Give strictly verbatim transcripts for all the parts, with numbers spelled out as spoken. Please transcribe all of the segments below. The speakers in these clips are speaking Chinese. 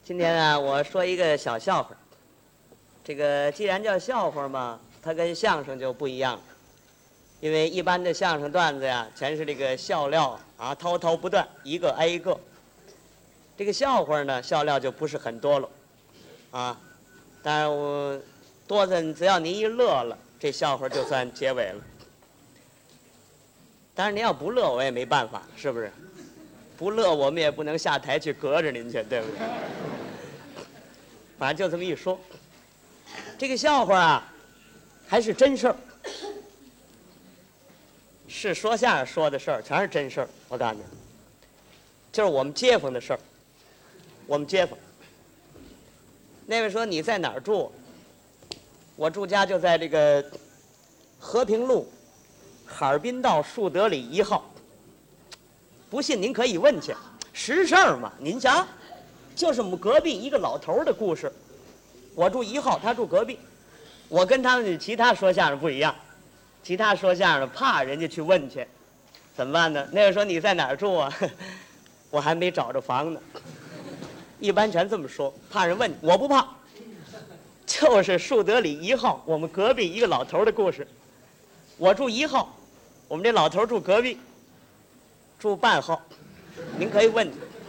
今天啊，我说一个小笑话。这个既然叫笑话嘛，它跟相声就不一样了。因为一般的相声段子呀，全是这个笑料啊，滔滔不断，一个挨一个。这个笑话呢，笑料就不是很多了，啊，但是我多的，只要您一乐了，这笑话就算结尾了。当然您要不乐，我也没办法，是不是？不乐，我们也不能下台去隔着您去，对不对？反正就这么一说。这个笑话啊，还是真事儿，是说相声说的事儿，全是真事儿。我告诉你，就是我们街坊的事儿。我们街坊，那位说你在哪儿住？我住家就在这个和平路哈尔滨道树德里一号。不信您可以问去，实事儿嘛。您瞧，就是我们隔壁一个老头的故事。我住一号，他住隔壁。我跟他们其他说相声不一样，其他说相声的怕人家去问去，怎么办呢？那个说你在哪儿住啊？我还没找着房呢。一般全这么说，怕人问你，我不怕。就是树德里一号，我们隔壁一个老头的故事。我住一号，我们这老头住隔壁，住半号，您可以问。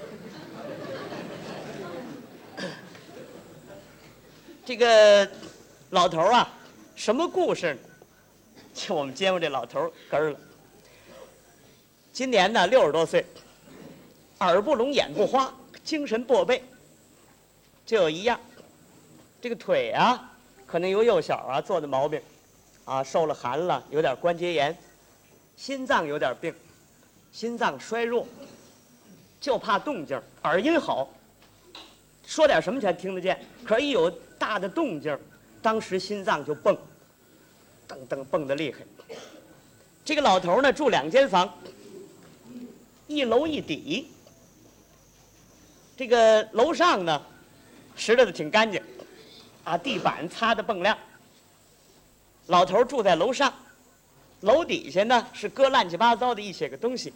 这个老头啊，什么故事呢？就我们街坊这老头根儿了。今年呢六十多岁，耳不聋眼不花，精神薄备。就有一样，这个腿啊，可能由幼小啊做的毛病，啊受了寒了，有点关节炎，心脏有点病，心脏衰弱，就怕动静，耳音好，说点什么全听得见，可是一有大的动静，当时心脏就蹦，噔噔蹦得厉害。这个老头呢住两间房，一楼一底。这个楼上呢拾掇的挺干净，啊，地板擦得锃亮。老头住在楼上，楼底下呢是搁乱七八糟的一些个东西。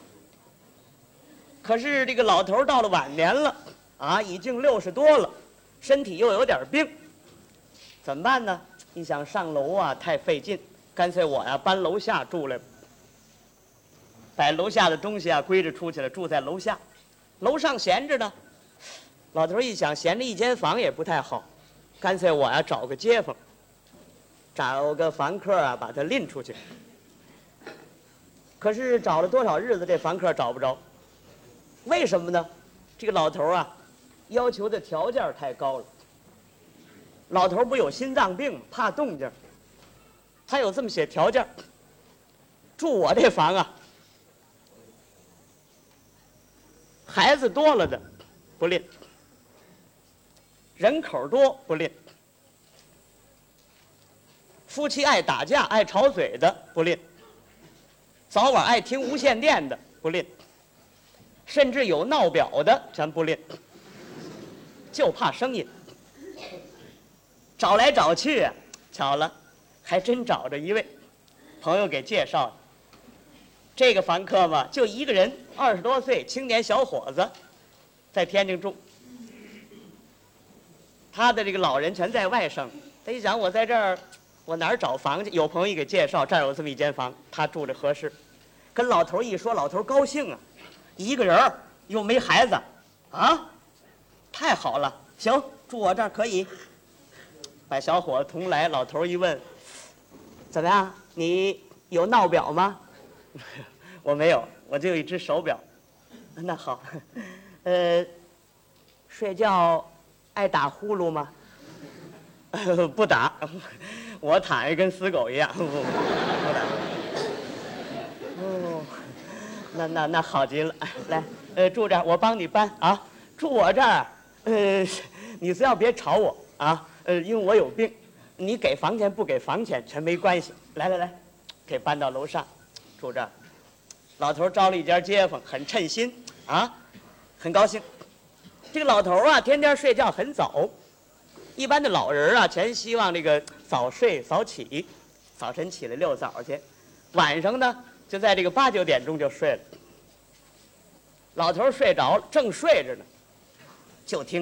可是这个老头到了晚年了，啊，已经六十多了，身体又有点病，怎么办呢？一想上楼啊太费劲，干脆我呀搬楼下住来，把楼下的东西啊归置出去了，住在楼下。楼上闲着呢，老头一想闲着一间房也不太好，干脆我呀找个街坊，找个房客啊把他拎出去。可是找了多少日子，这房客找不着。为什么呢？这个老头啊要求的条件太高了。老头不有心脏病，怕动静，他有这么些条件。住我这房啊，孩子多了的不吝，人口多不吝，夫妻爱打架爱吵嘴的不吝，早晚爱听无线电的不吝，甚至有闹表的全不吝，就怕声音。找来找去啊，巧了，还真找着一位朋友给介绍的。这个房客嘛，就一个人，二十多岁，青年小伙子，在天津住。他的这个老人全在外省，他一想我在这儿，我哪儿找房去？有朋友给介绍，这儿有这么一间房，他住着合适。跟老头一说，老头高兴啊，一个人儿又没孩子，啊，太好了，行，住我这儿可以。把小伙子同来，老头一问，怎么样？你有闹表吗？我没有，我只有一只手表。那好，呃，睡觉爱打呼噜吗？不打，我躺下跟死狗一样。不不打。哦，那那那好极了，来，呃，住这儿，我帮你搬啊。住我这儿，呃，你只要别吵我啊。呃，因为我有病，你给房钱不给房钱全没关系。来来来，给搬到楼上，住这儿。老头招了一家街坊，很称心啊，很高兴。这个老头啊，天天睡觉很早，一般的老人啊，全希望这个早睡早起，早晨起来遛早去，晚上呢就在这个八九点钟就睡了。老头睡着了，正睡着呢，就听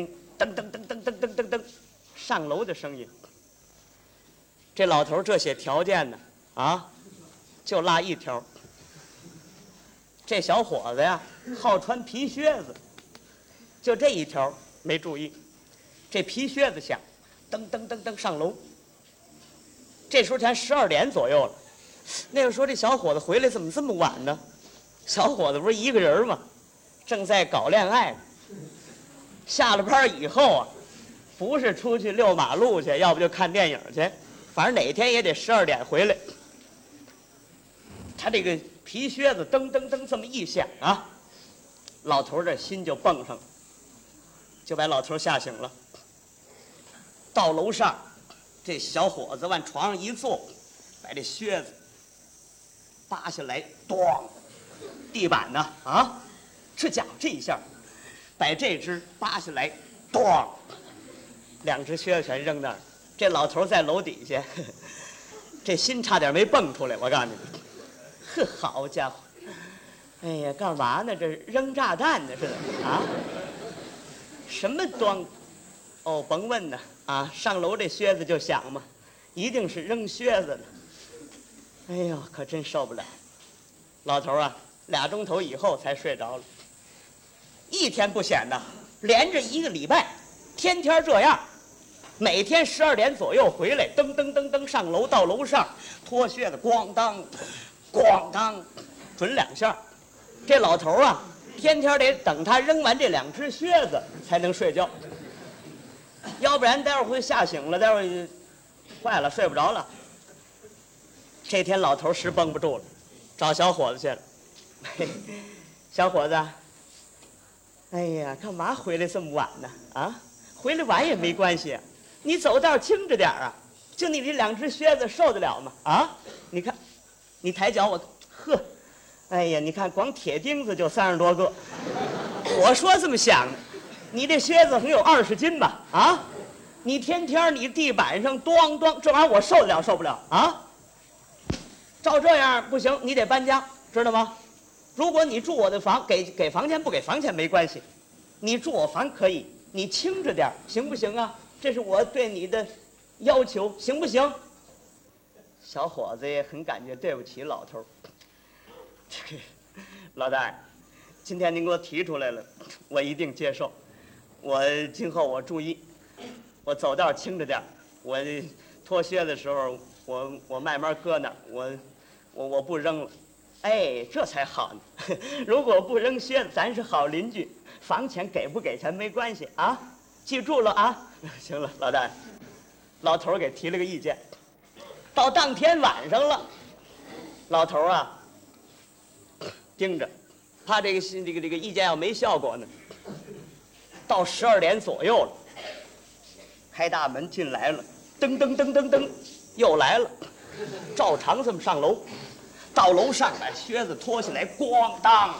噔噔噔噔噔噔噔噔，上楼的声音。这老头这些条件呢，啊，就落一条。这小伙子呀，好穿皮靴子，就这一条没注意。这皮靴子响，噔噔噔噔上楼。这时候才十二点左右了。那个时候这小伙子回来怎么这么晚呢？小伙子不是一个人吗？正在搞恋爱。下了班以后啊，不是出去遛马路去，要不就看电影去，反正哪天也得十二点回来。他这个皮靴子噔噔噔这么一响啊，老头这心就蹦上了，就把老头吓醒了。到楼上，这小伙子往床上一坐，把这靴子扒下来，咣，地板呢啊，这家伙这一下，把这只扒下来，咣，两只靴子全扔那儿。这老头在楼底下，呵呵这心差点没蹦出来。我告诉你，呵，好家伙！哎呀，干嘛呢？这扔炸弹呢似的啊！什么端？哦，甭问呢啊！上楼这靴子就响嘛，一定是扔靴子的。哎呦，可真受不了！老头啊，俩钟头以后才睡着了。一天不显的，连着一个礼拜，天天这样。每天十二点左右回来，噔噔噔噔上楼，到楼上脱靴子，咣当，咣当，准两下。这老头啊，天天得等他扔完这两只靴子才能睡觉，要不然待会儿会吓醒了，待会儿坏了睡不着了。这天老头实绷不住了，找小伙子去了。嘿，小伙子，哎呀，干嘛回来这么晚呢？啊，回来晚也没关系，你走道轻着点啊，就你这两只靴子受得了吗？啊，你看，你抬脚我，呵，哎呀，你看光铁钉子就三十多个，我说这么想的，你这靴子能有二十斤吧？啊，你天天你地板上咣咣，这玩意儿我受得了受不了啊？照这样不行，你得搬家，知道吗？如果你住我的房，给给房钱不给房钱没关系，你住我房可以，你轻着点行不行啊？这是我对你的要求，行不行？小伙子也很感觉对不起老头。这个老大，今天您给我提出来了，我一定接受。我今后我注意，我走道轻着点，我脱靴的时候我我慢慢搁那儿，我我我不扔了。哎，这才好呢。如果不扔靴子，咱是好邻居，房钱给不给钱没关系啊，记住了啊。行了，老大，老头给提了个意见。到当天晚上了，老头啊盯着，怕这个这个这个意见要没效果呢。到十二点左右了，开大门进来了，噔噔噔噔噔，又来了，照常这么上楼。到楼上把靴子脱下来，咣当，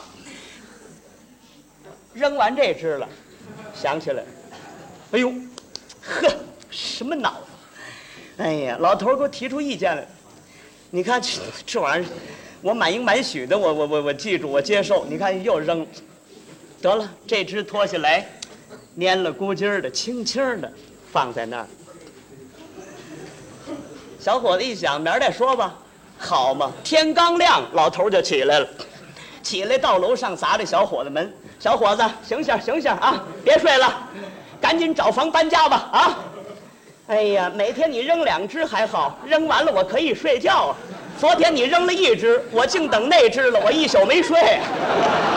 扔完这只了，想起来，哎呦，呵，什么脑子？哎呀，老头给我提出意见来，你看这这玩意儿，我满应满许的，我我我我记住，我接受。你看又扔，得了，这只脱下来，蔫了咕叽的，轻轻的放在那儿。小伙子一想，明儿再说吧。好嘛，天刚亮，老头就起来了，起来到楼上砸这小伙子门。小伙子，醒醒醒醒啊，别睡了，赶紧找房搬家吧啊！哎呀，每天你扔两只还好，扔完了我可以睡觉啊。昨天你扔了一只，我净等那只了，我一宿没睡啊。